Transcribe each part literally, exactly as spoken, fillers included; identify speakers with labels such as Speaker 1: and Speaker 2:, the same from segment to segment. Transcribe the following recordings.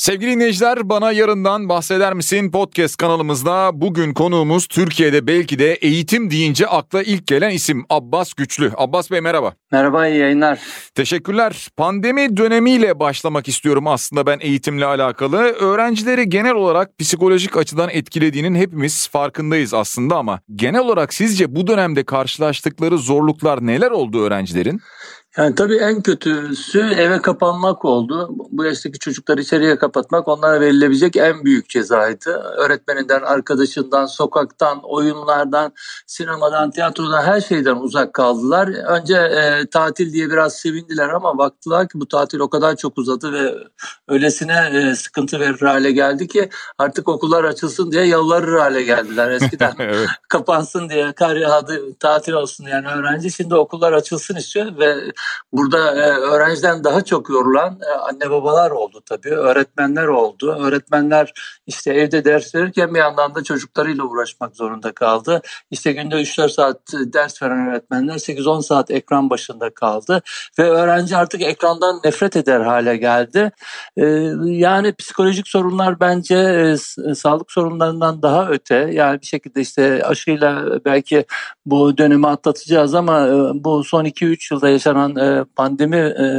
Speaker 1: Sevgili dinleyiciler, Bana Yarından Bahseder Misin podcast kanalımızda bugün konuğumuz Türkiye'de belki de eğitim deyince akla ilk gelen isim Abbas Güçlü. Abbas Bey merhaba.
Speaker 2: Merhaba, iyi yayınlar.
Speaker 1: Teşekkürler. Pandemi dönemiyle başlamak istiyorum aslında ben eğitimle alakalı. Öğrencileri genel olarak psikolojik açıdan etkilediğinin hepimiz farkındayız aslında ama genel olarak sizce bu dönemde karşılaştıkları zorluklar neler oldu öğrencilerin?
Speaker 2: Yani tabii en kötüsü eve kapanmak oldu. Bu yaştaki çocukları içeriye kapatmak onlara verilebilecek en büyük cezaydı. Öğretmeninden, arkadaşından, sokaktan, oyunlardan, sinemadan, tiyatrodan her şeyden uzak kaldılar. Önce e, tatil diye biraz sevindiler ama baktılar ki bu tatil o kadar çok uzadı ve öylesine e, sıkıntı verir hale geldi ki artık okullar açılsın diye yalvarır hale geldiler. Eskiden evet. Kapansın diye, kar yağdı, tatil olsun yani öğrenci şimdi okullar açılsın istiyor ve burada e, öğrenciden daha çok yorulan e, anne babalar oldu tabii, öğretmenler oldu. Öğretmenler işte evde ders verirken bir yandan da çocuklarıyla uğraşmak zorunda kaldı. İşte günde üç dört saat ders veren öğretmenler sekiz on saat ekran başında kaldı. Ve öğrenci artık ekrandan nefret eder hale geldi. E, yani psikolojik sorunlar bence e, sağlık sorunlarından daha öte. Yani bir şekilde işte aşıyla belki bu dönemi atlatacağız ama e, bu son iki üç yılda yaşanan pandemi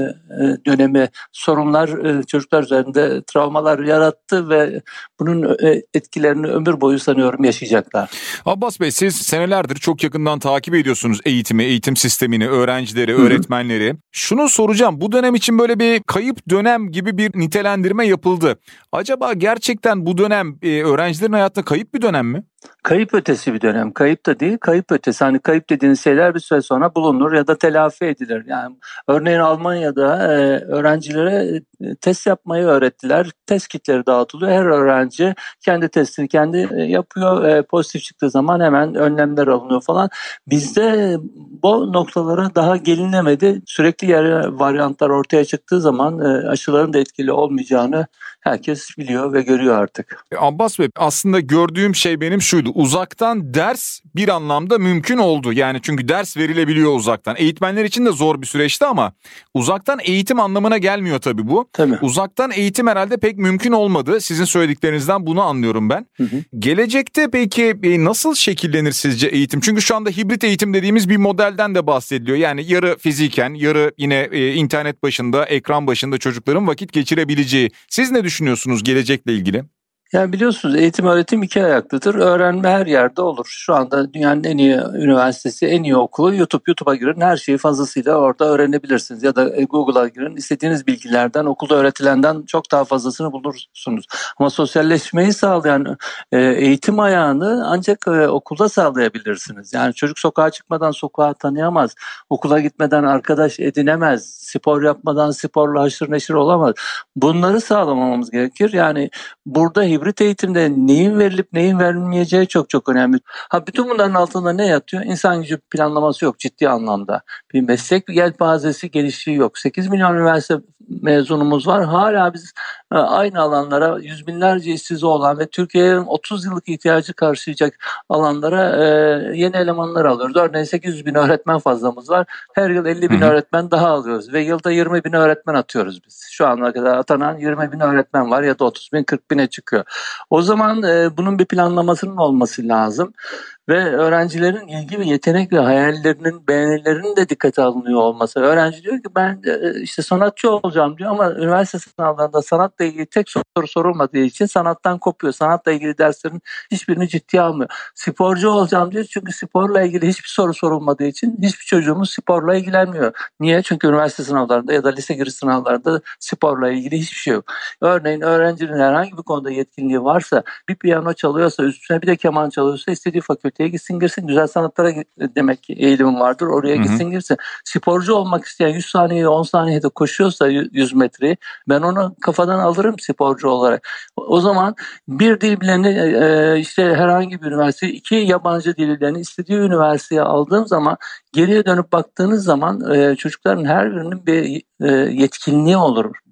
Speaker 2: dönemi sorunlar çocuklar üzerinde travmalar yarattı ve bunun etkilerini ömür boyu sanıyorum yaşayacaklar.
Speaker 1: Abbas Bey, siz senelerdir çok yakından takip ediyorsunuz eğitimi, eğitim sistemini, öğrencileri, öğretmenleri. Hı hı. Şunu soracağım, bu dönem için böyle bir kayıp dönem gibi bir nitelendirme yapıldı. Acaba gerçekten bu dönem öğrencilerin hayatında kayıp bir dönem mi?
Speaker 2: Kayıp ötesi bir dönem. Kayıp da değil, kayıp ötesi. Hani kayıp dediğiniz şeyler bir süre sonra bulunur ya da telafi edilir. Yani örneğin Almanya'da e, öğrencilere e, test yapmayı öğrettiler. Test kitleri dağıtılıyor. Her öğrenci kendi testini kendi e, yapıyor. E, pozitif çıktığı zaman hemen önlemler alınıyor falan. Bizde bu noktalara daha gelinemedi. Sürekli yeni varyantlar ortaya çıktığı zaman e, aşıların da etkili olmayacağını herkes biliyor ve görüyor artık.
Speaker 1: Abbas Bey, aslında gördüğüm şey benim şuydu. Uzaktan ders bir anlamda mümkün oldu. Yani çünkü ders verilebiliyor uzaktan. Eğitmenler için de zor bir süreçti ama uzaktan eğitim anlamına gelmiyor tabii bu.
Speaker 2: Tabii.
Speaker 1: Uzaktan eğitim herhalde pek mümkün olmadı. Sizin söylediklerinizden bunu anlıyorum ben. Hı hı. Gelecekte peki nasıl şekillenir sizce eğitim? Çünkü şu anda hibrit eğitim dediğimiz bir modelden de bahsediliyor. Yani yarı fiziken, yarı yine e, internet başında, ekran başında çocukların vakit geçirebileceği. Siz ne düşünüyorsunuz gelecekle ilgili?
Speaker 2: Yani biliyorsunuz eğitim öğretim iki ayaklıdır. Öğrenme her yerde olur. Şu anda dünyanın en iyi üniversitesi, en iyi okulu YouTube. YouTube'a girin, her şeyi fazlasıyla orada öğrenebilirsiniz. Ya da Google'a girin, istediğiniz bilgilerden, okulda öğretilenden çok daha fazlasını bulursunuz. Ama sosyalleşmeyi sağlayan eğitim ayağını ancak okulda sağlayabilirsiniz. Yani çocuk sokağa çıkmadan sokağı tanıyamaz. Okula gitmeden arkadaş edinemez. Spor yapmadan sporla haşır neşir olamaz. Bunları sağlamamız gerekir. Yani burada hibrit eğitimde neyin verilip neyin verilmeyeceği çok çok önemli. Ha, bütün bunların altında ne yatıyor? İnsan gücü planlaması yok ciddi anlamda. Bir meslek yelpazesi geliştiği yok. sekiz milyon üniversite mezunumuz var. Hala biz aynı alanlara yüz binlerce işsiz olan ve Türkiye'nin otuz yıllık ihtiyacı karşılayacak alanlara yeni elemanlar alıyoruz. Örneğin sekiz yüz bin öğretmen fazlamız var. Her yıl elli bin öğretmen daha alıyoruz ve yılda yirmi bin öğretmen atıyoruz biz. Şu ana kadar atanan yirmi bin öğretmen var ya da otuz bin kırk bine çıkıyor. O zaman e, bunun bir planlamasının olması lazım ve öğrencilerin ilgi ve yetenek ve hayallerinin, beğenilerinin de dikkate alınıyor olması. Öğrenci diyor ki ben e, işte sanatçı olacağım diyor ama üniversite sınavlarında sanatla ilgili tek soru sorulmadığı için sanattan kopuyor. Sanatla ilgili derslerin hiçbirini ciddiye almıyor. Sporcu olacağım diyor çünkü sporla ilgili hiçbir soru sorulmadığı için hiçbir çocuğumuz sporla ilgilenmiyor. Niye? Çünkü üniversite sınavlarında ya da lise giriş sınavlarında sporla ilgili hiçbir şey yok. Örneğin öğrencinin herhangi bir konuda yetkinliği varsa, bir piyano çalıyorsa, üstüne bir de keman çalıyorsa istediği fakülteye gitsin girsin. Güzel sanatlara demek ki eğilimim vardır. Oraya gitsin hı hı. girsin. Sporcu olmak isteyen yüz saniye on saniyede koşuyorsa yüz metreyi ben onu kafadan alırım sporcu olarak. O zaman bir dil bileni işte herhangi bir üniversite, iki yabancı dil bileni istediği üniversiteye aldığım zaman geriye dönüp baktığınız zaman çocukların her birinin bir yetkinliği olur.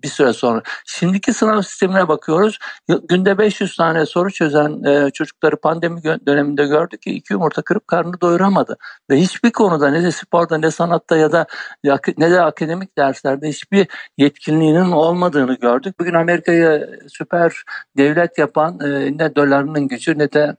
Speaker 2: bir süre sonra. Şimdiki sınav sistemine bakıyoruz. Günde beş yüz tane soru çözen e, çocukları pandemi döneminde gördük ki iki yumurta kırıp karnını doyuramadı. Ve hiçbir konuda, ne de sporda, ne sanatta ya da ne de akademik derslerde hiçbir yetkinliğinin olmadığını gördük. Bugün Amerika'yı süper devlet yapan e, ne dolarının gücü ne de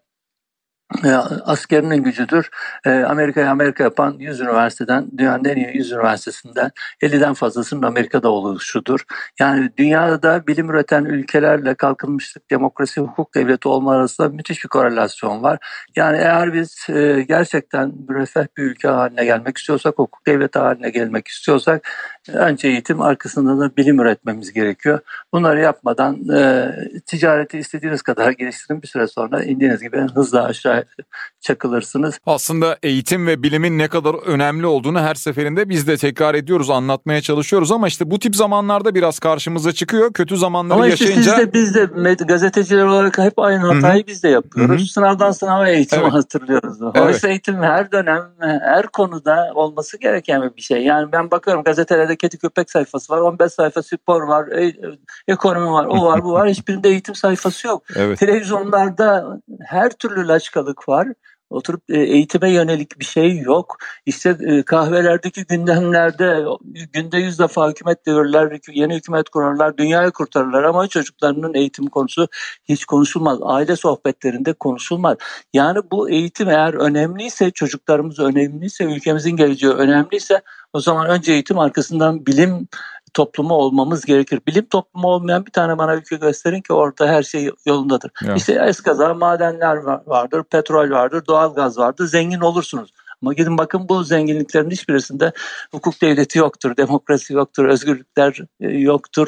Speaker 2: askerinin gücüdür. Amerika'yı Amerika yapan yüz üniversiteden, dünyanın en iyi yüz üniversitesinden elliden fazlasının Amerika'da oluşudur. Yani dünyada bilim üreten ülkelerle kalkınmışlık, demokrasi, hukuk devleti olma arasında müthiş bir korelasyon var. Yani eğer biz gerçekten refah bir ülke haline gelmek istiyorsak, hukuk devleti haline gelmek istiyorsak önce eğitim, arkasından da bilim üretmemiz gerekiyor. Bunları yapmadan e, ticareti istediğiniz kadar geliştirin, bir süre sonra indiğiniz gibi hızla aşağı çakılırsınız.
Speaker 1: Aslında eğitim ve bilimin ne kadar önemli olduğunu her seferinde biz de tekrar ediyoruz, anlatmaya çalışıyoruz ama işte bu tip zamanlarda biraz karşımıza çıkıyor. Kötü zamanları
Speaker 2: ama işte
Speaker 1: yaşayınca...
Speaker 2: Ama işte biz de biz de gazeteciler olarak hep aynı hatayı Hı-hı. biz de yapıyoruz. Hı-hı. Sınavdan sınava eğitimi evet. hatırlıyoruz. Evet. Oysa eğitim her dönem, her konuda olması gereken bir şey. Yani ben bakıyorum gazetelerde kedi köpek sayfası var, on beş sayfa spor var, e- ekonomi var, o var, bu var. Hiçbirinde eğitim sayfası yok. Evet. Televizyonlarda her türlü laçkalık var. Oturup eğitime yönelik bir şey yok. İşte kahvelerdeki gündemlerde günde yüz defa hükümet devirler, yeni hükümet kurarlar, dünyayı kurtarırlar ama çocuklarının eğitim konusu hiç konuşulmaz. Aile sohbetlerinde konuşulmaz. Yani bu eğitim eğer önemliyse, çocuklarımız önemliyse, ülkemizin geleceği önemliyse o zaman önce eğitim, arkasından bilim toplumu olmamız gerekir. Bilim toplumu olmayan bir tane bana ülke gösterin ki orada her şey yolundadır. Ya. İşte eskaza madenler vardır, petrol vardır, doğalgaz vardır, zengin olursunuz. Ama gidin bakın bu zenginliklerin hiçbirisinde hukuk devleti yoktur, demokrasi yoktur, özgürlükler yoktur.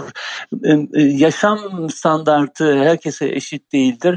Speaker 2: Yaşam standartı herkese eşit değildir.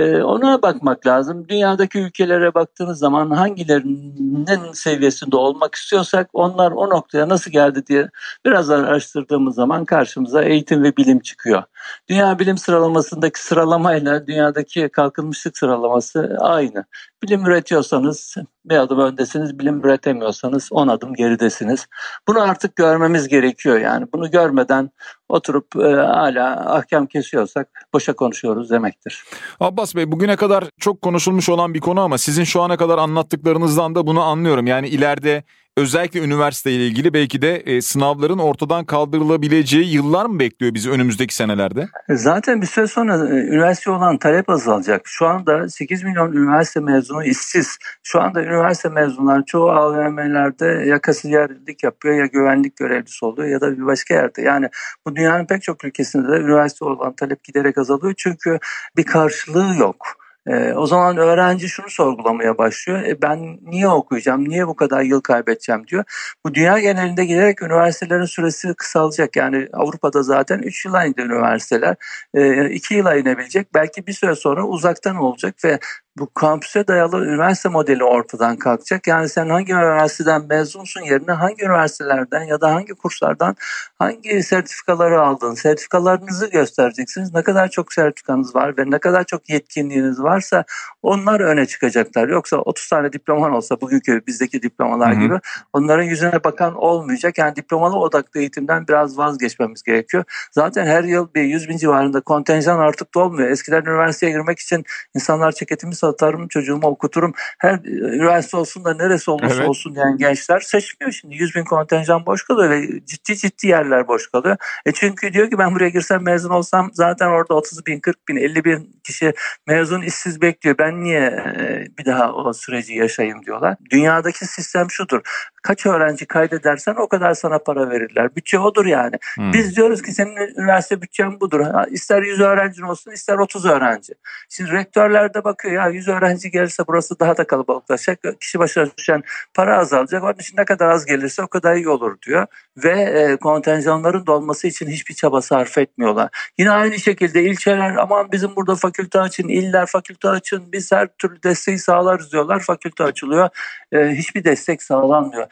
Speaker 2: Ona bakmak lazım. Dünyadaki ülkelere baktığınız zaman hangilerinin seviyesinde olmak istiyorsak onlar o noktaya nasıl geldi diye biraz araştırdığımız zaman karşımıza eğitim ve bilim çıkıyor. Dünya bilim sıralamasındaki sıralamayla dünyadaki kalkınmışlık sıralaması aynı. Bilim üretiyorsanız bir adım öndesiniz, bilim üretemiyorsanız on adım geridesiniz. Bunu artık görmemiz gerekiyor yani. Bunu görmeden oturup e, hala ahkam kesiyorsak boşa konuşuyoruz demektir.
Speaker 1: Abbas Bey, bugüne kadar çok konuşulmuş olan bir konu ama sizin şu ana kadar anlattıklarınızdan da bunu anlıyorum. Yani ileride özellikle üniversiteyle ilgili belki de e, sınavların ortadan kaldırılabileceği yıllar mı bekliyor bizi önümüzdeki senelerde?
Speaker 2: Zaten bir süre sonra e, üniversite olan talep azalacak. Şu anda sekiz milyon üniversite mezunu işsiz. Şu anda üniversite mezunları çoğu A V M'lerde ya kasiyerlik yapıyor ya güvenlik görevlisi oluyor ya da bir başka yerde. Yani bu dünyanın pek çok ülkesinde de üniversite olan talep giderek azalıyor çünkü bir karşılığı yok. Ee, o zaman öğrenci şunu sorgulamaya başlıyor. E, ben niye okuyacağım? Niye bu kadar yıl kaybedeceğim diyor. Bu dünya genelinde giderek üniversitelerin süresi kısalacak. Yani Avrupa'da zaten üç yıla indi üniversiteler. iki yıla inebilecek. Belki bir süre sonra uzaktan olacak ve bu kampüse dayalı üniversite modeli ortadan kalkacak. Yani sen hangi üniversiteden mezunsun yerine hangi üniversitelerden ya da hangi kurslardan hangi sertifikaları aldın, sertifikalarınızı göstereceksiniz. Ne kadar çok sertifikanız var ve ne kadar çok yetkinliğiniz varsa onlar öne çıkacaklar. Yoksa otuz tane diploman olsa bugünkü bizdeki diplomalar Hı-hı. gibi onların yüzüne bakan olmayacak. Yani diplomalı odaklı eğitimden biraz vazgeçmemiz gerekiyor. Zaten her yıl bir yüz bin civarında kontenjan artık dolmuyor. Eskiden üniversiteye girmek için insanlar ceketimi satarım, çocuğumu okuturum. Her üniversite olsun da neresi olursa evet. olsun yani gençler seçmiyor şimdi. yüz bin kontenjan boş kalıyor ve ciddi ciddi yerler boş kalıyor. E çünkü diyor ki ben buraya girsem mezun olsam zaten orada otuz bin, kırk bin, elli bin kişi mezun işsiz bekliyor. Ben niye e, bir daha o süreci yaşayayım diyorlar. Dünyadaki sistem şudur. Kaç öğrenci kaydedersen o kadar sana para verirler. Bütçe odur yani. Hmm. Biz diyoruz ki senin üniversite bütçen budur. Ha, ister yüz öğrencin olsun ister otuz öğrenci. Şimdi rektörler de bakıyor ya yüz öğrenci gelirse burası daha da kalabalıklaşacak. Kişi başına düşen para azalacak. Onun için ne kadar az gelirse o kadar iyi olur diyor. Ve e, kontenjanların dolması için hiçbir çaba sarf etmiyorlar. Yine aynı şekilde ilçeler aman bizim burada fakülte açın, iller fakülte açın. Biz her türlü desteği sağlarız diyorlar. Fakülte açılıyor. E, hiçbir destek sağlanmıyor.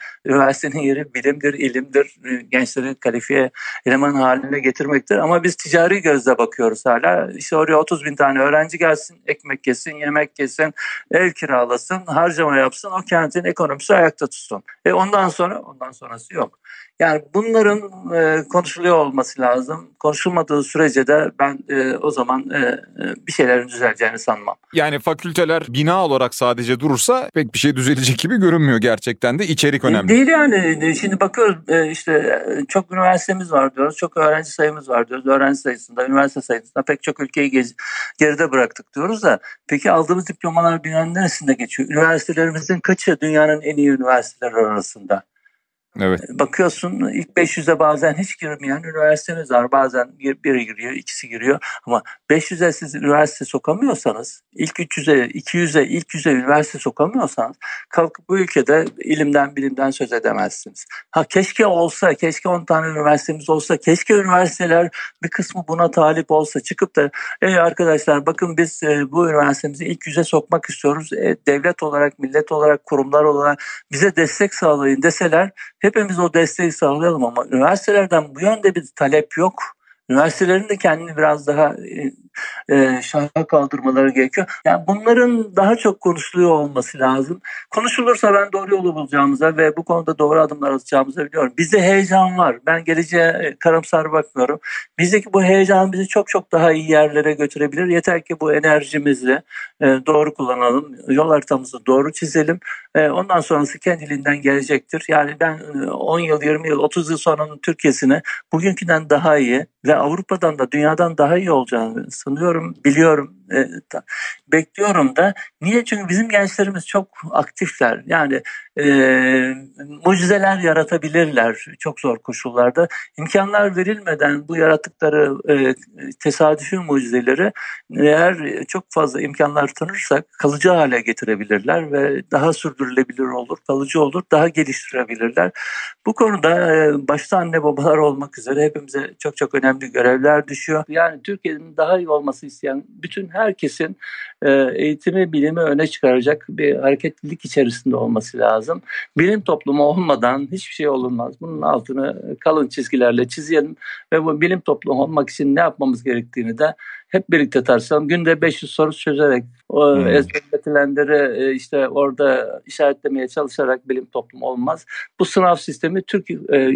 Speaker 2: Üniversitenin yeri bilimdir, ilimdir, gençleri kalifiye eleman haline getirmektir. Ama biz ticari gözle bakıyoruz hala. İşte oraya otuz bin tane öğrenci gelsin, ekmek yesin, yemek yesin, ev kiralasın, harcama yapsın, o kentin ekonomisi ayakta tutsun. E ondan sonra, ondan sonrası yok. Yani bunların e, konuşuluyor olması lazım. Konuşulmadığı sürece de ben e, o zaman e, bir şeylerin düzeleceğini sanmam.
Speaker 1: Yani fakülteler bina olarak sadece durursa pek bir şey düzelecek gibi görünmüyor gerçekten de. İçerik önemli.
Speaker 2: Değil yani. Şimdi bakıyoruz e, işte çok üniversitemiz var diyoruz. Çok öğrenci sayımız var diyoruz. Öğrenci sayısında, üniversite sayısında pek çok ülkeyi gez, geride bıraktık diyoruz da peki aldığımız diplomalar dünyanın neresinde geçiyor? Üniversitelerimizin kaçı dünyanın en iyi üniversiteler arasında?
Speaker 1: Evet.
Speaker 2: Bakıyorsun ilk beş yüze bazen hiç girmeyen üniversitemiz var. Bazen biri giriyor, ikisi giriyor. Ama beş yüze siz üniversite sokamıyorsanız, ilk üç yüze, iki yüze, ilk yüze üniversite sokamıyorsanız kalkıp bu ülkede ilimden, bilimden söz edemezsiniz. Ha keşke olsa, keşke on tane üniversitemiz olsa, keşke üniversiteler bir kısmı buna talip olsa. Çıkıp da ey arkadaşlar bakın biz bu üniversitemizi ilk yüze sokmak istiyoruz. E, devlet olarak, millet olarak, kurumlar olarak bize destek sağlayın deseler hepimiz o desteği sağlayalım ama üniversitelerden bu yönde bir talep yok. Üniversitelerin de kendini biraz daha e, şaha kaldırmaları gerekiyor. Yani bunların daha çok konuşuluyor olması lazım. Konuşulursa ben doğru yolu bulacağımıza ve bu konuda doğru adımlar atacağımızı biliyorum. Bizde heyecan var. Ben geleceğe karamsar bakmıyorum. Bizdeki bu heyecan bizi çok çok daha iyi yerlere götürebilir. Yeter ki bu enerjimizi e, doğru kullanalım. Yol haritamızı doğru çizelim. E, ondan sonrası kendiliğinden gelecektir. Yani ben on yıl, yirmi yıl, otuz yıl sonranın Türkiye'sine bugünkünden daha iyi ve Avrupa'dan da dünyadan daha iyi olacağını sanıyorum, biliyorum, e, da, bekliyorum da. Niye? Çünkü bizim gençlerimiz çok aktifler. Yani e, mucizeler yaratabilirler çok zor koşullarda. İmkanlar verilmeden bu yarattıkları e, tesadüfi mucizeleri eğer çok fazla imkanlar tanırsak kalıcı hale getirebilirler ve daha sürdürülebilir olur, kalıcı olur, daha geliştirebilirler. Bu konuda e, başta anne babalar olmak üzere hepimize çok çok önemli görevler düşüyor. Yani Türkiye'nin daha iyi olması isteyen bütün herkesin e, eğitimi, bilimi öne çıkaracak bir hareketlilik içerisinde olması lazım. Bilim toplumu olmadan hiçbir şey olmaz. Bunun altını kalın çizgilerle çizelim ve bu bilim toplumu olmak için ne yapmamız gerektiğini de hep birlikte tartışalım. Günde beş yüz soru çözerek, o hmm. ezberletilenleri işte orada işaretlemeye çalışarak bilim toplumu olmaz. Bu sınav sistemi Türk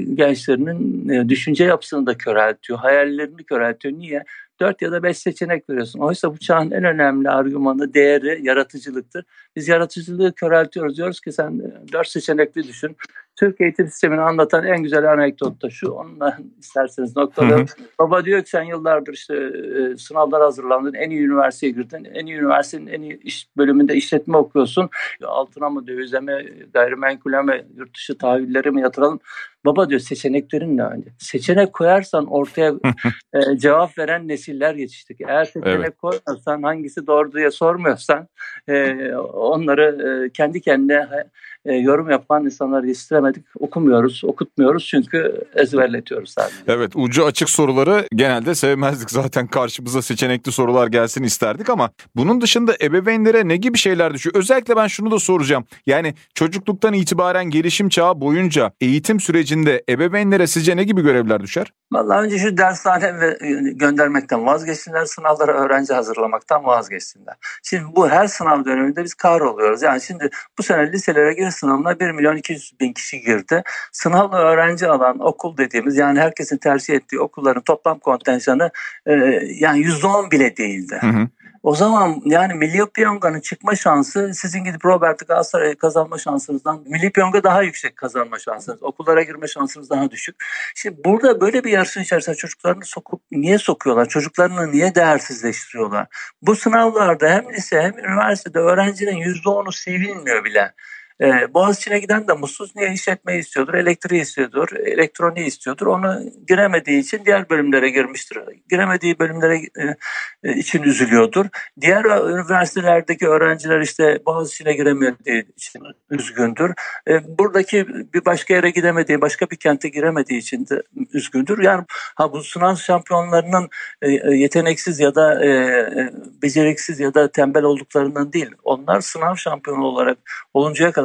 Speaker 2: gençlerinin düşünce yapısını da köreltiyor, hayallerini köreltiyor. Niye? Dört ya da beş seçenek veriyorsun. Oysa bu çağın en önemli argümanı, değeri yaratıcılıktır. Biz yaratıcılığı köreltiyoruz. Diyoruz ki sen dört seçenekli düşün. Türk eğitim sistemini anlatan en güzel anekdot da şu. Onunla isterseniz noktalayalım. Baba diyor ki sen yıllardır işte e, sınavlara hazırlandın. En iyi üniversiteye girdin. En iyi üniversitenin en iyi iş bölümünde işletme okuyorsun. Altına mı, dövize mi, gayrimenkule mi, yurt dışı tahvillere mi yatıralım? Baba diyor seçeneklerin ne önce? Seçenek koyarsan ortaya e, cevap veren nesiller yetiştik. Eğer seçenek evet. koyarsan hangisi doğru diye sormuyorsan e, onları e, kendi kendine e, yorum yapan insanları yetiştiremedik. Okumuyoruz, okutmuyoruz çünkü ezberletiyoruz sadece.
Speaker 1: Evet, ucu açık soruları genelde sevmezdik. Zaten karşımıza seçenekli sorular gelsin isterdik ama bunun dışında ebeveynlere ne gibi şeyler düşüyor? Özellikle ben şunu da soracağım. Yani çocukluktan itibaren gelişim çağı boyunca eğitim sürecinde ebeveynlere sizce ne gibi görevler düşer?
Speaker 2: Vallahi önce şu dershane ve göndermekten vazgeçsinler, sınavlara öğrenci hazırlamaktan vazgeçsinler. Şimdi bu her sınav döneminde biz kahroluyoruz. Yani şimdi bu sene liselere giriş sınavına bir milyon iki yüz bin kişi girdi. Sınavla öğrenci alan okul dediğimiz, yani herkesin tercih ettiği okulların toplam kontenjanı e, yani yüzde on bile değildi. Hı hı. O zaman yani Milli Piyango'nun çıkma şansı sizin gidip Robert'i Galatasaray'ı kazanma şansınızdan, Milli Piyango daha yüksek kazanma şansınız. Okullara girme şansınız daha düşük. Şimdi burada böyle bir yarışın içerisinde çocuklarını sokup niye sokuyorlar? Çocuklarını niye değersizleştiriyorlar? Bu sınavlarda hem lise hem üniversitede öğrencinin yüzde onu sevilmiyor bile. Ee, Boğaziçi'ne giden de mutsuz. Niye? İşletmeyi istiyordur, elektriği istiyordur, elektroniği istiyordur. Onu giremediği için diğer bölümlere girmiştir. Giremediği bölümlere e, e, için üzülüyordur. Diğer üniversitelerdeki öğrenciler işte Boğaziçi'ne giremediği için üzgündür. E, buradaki bir başka yere gidemediği, başka bir kente giremediği için de üzgündür. Yani ha bu sınav şampiyonlarının e, yeteneksiz ya da e, e, beceriksiz ya da tembel olduklarından değil. Onlar sınav şampiyonu olarak oluncaya kadar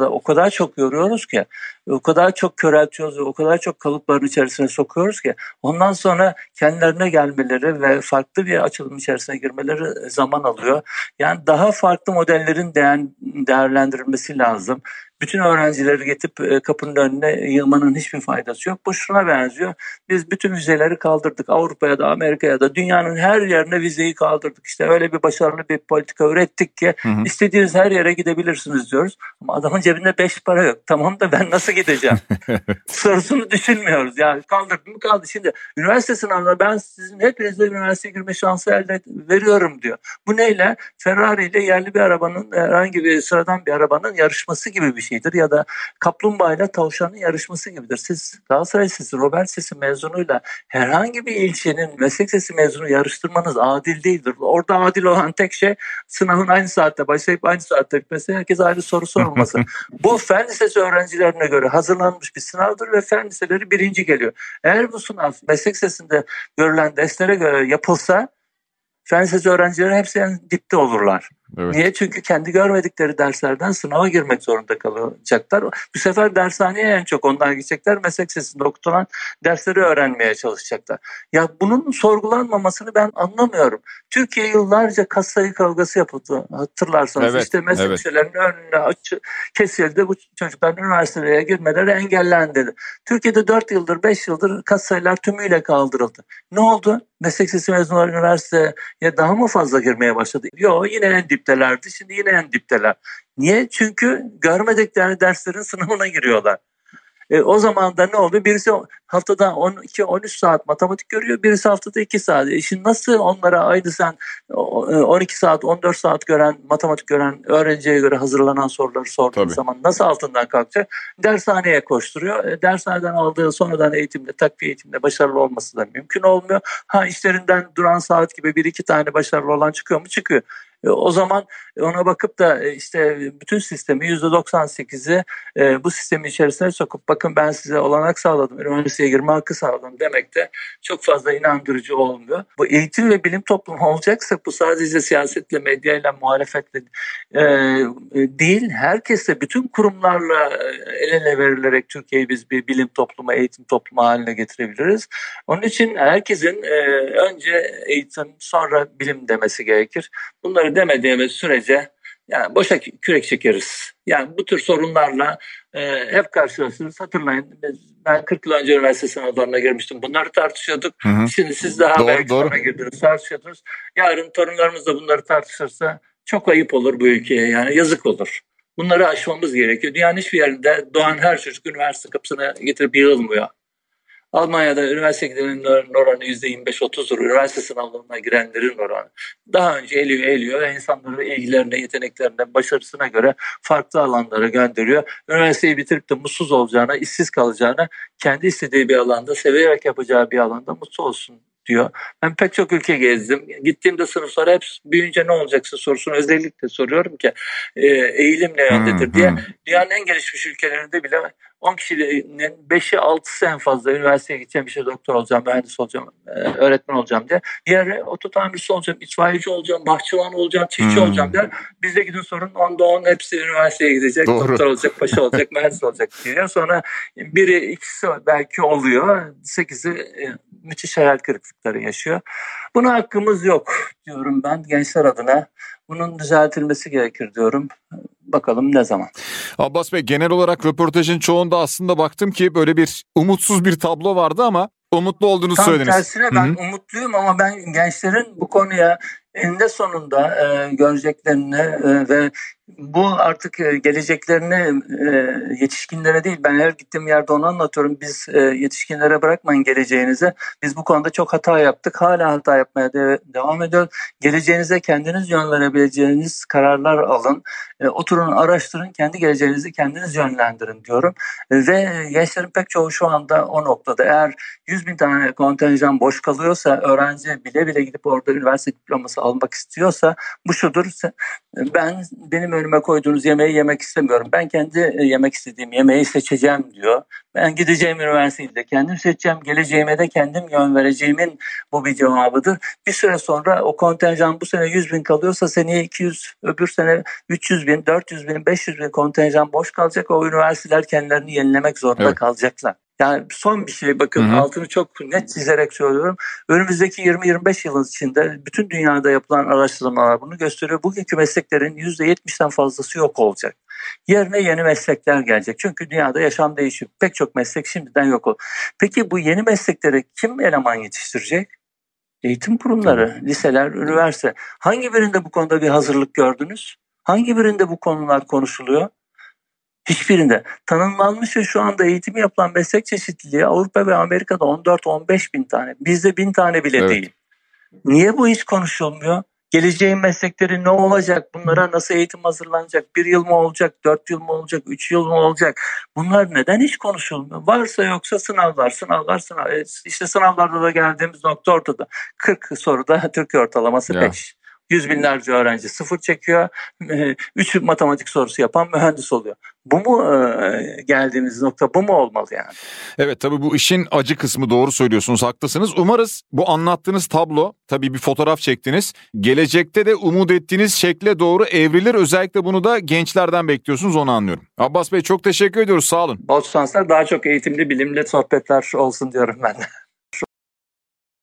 Speaker 2: da o kadar çok yoruyoruz ki, o kadar çok köreltiyoruz ve o kadar çok kalıpların içerisine sokuyoruz ki ondan sonra kendilerine gelmeleri ve farklı bir açılım içerisine girmeleri zaman alıyor. Yani daha farklı modellerin değerlendirilmesi lazım. Bütün öğrencileri getirip kapının önüne yığmanın hiçbir faydası yok. Bu şuna benziyor. Biz bütün vizeleri kaldırdık. Avrupa'ya da, Amerika'ya da, dünyanın her yerine vizeyi kaldırdık. İşte öyle bir başarılı bir politika ürettik ki hı hı. istediğiniz her yere gidebilirsiniz diyoruz. Ama adamın cebinde beş para yok. Tamam da ben nasıl gideceğim? Sorusunu düşünmüyoruz. Yani kaldırdım mı kaldı. Şimdi üniversite sınavında ben sizin hepinize üniversiteye girme şansı elde veriyorum diyor. Bu neyle? Ferrari ile yerli bir arabanın, herhangi bir sıradan bir arabanın yarışması gibi bir şeydir ya da kaplumbağa ile tavşanın yarışması gibidir. Siz Galatasaray Lisesi, Robert Lisesi mezunuyla herhangi bir ilçenin meslek lisesi mezunu yarıştırmanız adil değildir. Orada adil olan tek şey sınavın aynı saatte başlayıp aynı saatte bitmesi, herkes aynı soru sorulması. Bu fen lisesi öğrencilerine göre hazırlanmış bir sınavdır ve fen liseleri birinci geliyor. Eğer bu sınav meslek lisesinde görülen derslere göre yapılsa fen lisesi öğrencileri hepsi en dipte olurlar. Evet. Niye? Çünkü kendi görmedikleri derslerden sınava girmek zorunda kalacaklar. Bu sefer dershaneye en çok onlar gidecekler. Meslek lisesinde okutulan dersleri öğrenmeye çalışacaklar. Ya bunun sorgulanmamasını ben anlamıyorum. Türkiye yıllarca kas sayı kavgası yapıldı. Hatırlarsanız evet, işte meslek evet. liselerinin önüne açı, kesildi. Bu çocukların üniversiteye girmeleri engellendi. Türkiye'de dört yıldır, beş yıldır kas sayılar tümüyle kaldırıldı. Ne oldu? Meslek lisesi mezunları üniversiteye daha mı fazla girmeye başladı? Yok, yine en diptelerdi. Şimdi yine en dipteler. Niye? Çünkü görmedikleri derslerin sınavına giriyorlar. E, o zaman da ne oldu? Birisi haftada on iki on üç saat matematik görüyor. Birisi haftada iki saat. E şimdi nasıl onlara aynı sen on iki saat on dört saat gören matematik gören öğrenciye göre hazırlanan soruları sorduğun Tabii. zaman nasıl altından kalkacak? Dershaneye koşturuyor. E, dershaneden aldığı sonradan eğitimde, takviye eğitimde başarılı olması da mümkün olmuyor. Ha işlerinden duran saat gibi bir iki tane başarılı olan çıkıyor mu? Çıkıyor. O zaman ona bakıp da işte bütün sistemi yüzde doksan sekizi bu sistemin içerisine sokup bakın ben size olanak sağladım, üniversiteye girme hakkı sağladım demek de çok fazla inandırıcı olmuyor. Bu eğitim ve bilim toplumu olacaksa bu sadece siyasetle, medyayla, muhalefetle e, değil, herkesle, bütün kurumlarla el ele verilerek Türkiye'yi biz bir bilim toplumu, eğitim toplumu haline getirebiliriz. Onun için herkesin e, önce eğitim sonra bilim demesi gerekir. Bunları demediğimiz sürece yani boşa kürek çekeriz. Yani bu tür sorunlarla e, hep karşılaşırız. Hatırlayın ben kırk yıl önce üniversite sınavlarına girmiştim. Bunları tartışıyorduk. Hı hı. Şimdi siz daha doğru, belki doğru. sonra girdiniz, tartışıyordunuz. Yarın torunlarımız da bunları tartışırsa çok ayıp olur bu ülkeye, yani yazık olur. Bunları aşmamız gerekiyor. Dünyanın hiçbir yerinde doğan her çocuk üniversite kapısına getirip yığılmıyor. Almanya'da üniversite gidenlerin oranı yüzde yirmi beş otuzdur. Üniversite sınavlarına girenlerin oranı. Daha önce eliyor eliyor ve insanları ilgilerine, yeteneklerine, başarısına göre farklı alanlara gönderiyor. Üniversiteyi bitirip de mutsuz olacağına, işsiz kalacağına, kendi istediği bir alanda, severek yapacağı bir alanda mutlu olsun diyor. Ben pek çok ülke gezdim. Gittiğimde sınıflara hep büyüyünce ne olacaksın sorusunu özellikle soruyorum ki e, eğilim ne yöndedir diye. Dünyanın en gelişmiş ülkelerinde bile on kişinin beşi altısı en fazla üniversiteye gideceğim, işte doktor olacağım, mühendis olacağım, öğretmen olacağım diye. Diğeri ototamircisi olacağım, itfaiyeci olacağım, bahçıvan olacağım, çiftçi hmm. olacağım der. Bizde gidin sorun onda on hepsi üniversiteye gidecek, Doğru. doktor olacak, paşa olacak, mühendis olacak diye. Sonra biri ikisi belki oluyor, sekizi müthiş hayal kırıklıkları yaşıyor. Buna hakkımız yok diyorum ben gençler adına. Bunun düzeltilmesi gerekir diyorum. Bakalım ne zaman.
Speaker 1: Abbas Bey, genel olarak röportajın çoğunda aslında baktım ki böyle bir umutsuz bir tablo vardı ama umutlu olduğunu
Speaker 2: Tam
Speaker 1: söylediniz.
Speaker 2: Tam tersine ben Hı-hı. umutluyum ama ben gençlerin bu konuya eninde sonunda e, göreceklerini e, ve bu artık e, geleceklerini e, yetişkinlere değil, ben her gittiğim yerde onu anlatıyorum. Biz e, yetişkinlere bırakmayın geleceğinizi. Biz bu konuda çok hata yaptık. Hala hata yapmaya de, devam ediyoruz. Geleceğinize kendiniz yön verebileceğiniz kararlar alın. E, oturun, araştırın, kendi geleceğinizi kendiniz yönlendirin diyorum. E, ve gençlerin pek çoğu şu anda o noktada. Eğer yüz bin tane kontenjan boş kalıyorsa, öğrenci bile bile gidip orada üniversite diploması almak istiyorsa bu şudur: ben benim önüme koyduğunuz yemeği yemek istemiyorum. Ben kendi yemek istediğim yemeği seçeceğim diyor. Ben gideceğim üniversiteyi de kendim seçeceğim. Geleceğime de kendim yön vereceğimin bu bir cevabıdır. Bir süre sonra o kontenjan bu sene yüz bin kalıyorsa seneye iki yüz, öbür sene üç yüz bin, dört yüz bin, beş yüz bin kontenjan boş kalacak. O üniversiteler kendilerini yenilemek zorunda evet. kalacaklar. Yani son bir şey bakın hı hı. altını çok net çizerek söylüyorum. Önümüzdeki yirmi yirmi beş yılın içinde bütün dünyada yapılan araştırmalar bunu gösteriyor. Bugünkü mesleklerin yüzde yetmişten fazlası yok olacak. Yerine yeni meslekler gelecek. Çünkü dünyada yaşam değişiyor. Pek çok meslek şimdiden yok oldu. Peki bu yeni meslekleri kim eleman yetiştirecek? Eğitim kurumları, Tabii. liseler, üniversite. Hangi birinde bu konuda bir hazırlık gördünüz? Hangi birinde bu konular konuşuluyor? Hiçbirinde. Tanımlanmış ve şu anda eğitimi yapılan meslek çeşitliliği Avrupa ve Amerika'da on dört on beş bin tane. Bizde bin tane bile evet. değil. Niye bu hiç konuşulmuyor? Geleceğin meslekleri ne olacak? Bunlara nasıl eğitim hazırlanacak? Bir yıl mı olacak? Dört yıl mı olacak? Üç yıl mı olacak? Bunlar neden hiç konuşulmuyor? Varsa yoksa sınavlar, sınavlar, sınav. İşte sınavlarda da geldiğimiz nokta ortada. kırk soruda Türkiye ortalaması ya. beş. Yüz binlerce öğrenci sıfır çekiyor. Üç matematik sorusu yapan mühendis oluyor. Bu mu e, geldiğimiz nokta bu mu olmalı yani?
Speaker 1: Evet tabii bu işin acı kısmı, doğru söylüyorsunuz, haklısınız. Umarız bu anlattığınız tablo, tabii bir fotoğraf çektiniz, gelecekte de umut ettiğiniz şekle doğru evrilir. Özellikle bunu da gençlerden bekliyorsunuz, onu anlıyorum. Abbas Bey çok teşekkür ediyoruz, sağ olun.
Speaker 2: Bol şanslar, daha çok eğitimli bilimli sohbetler olsun diyorum ben de.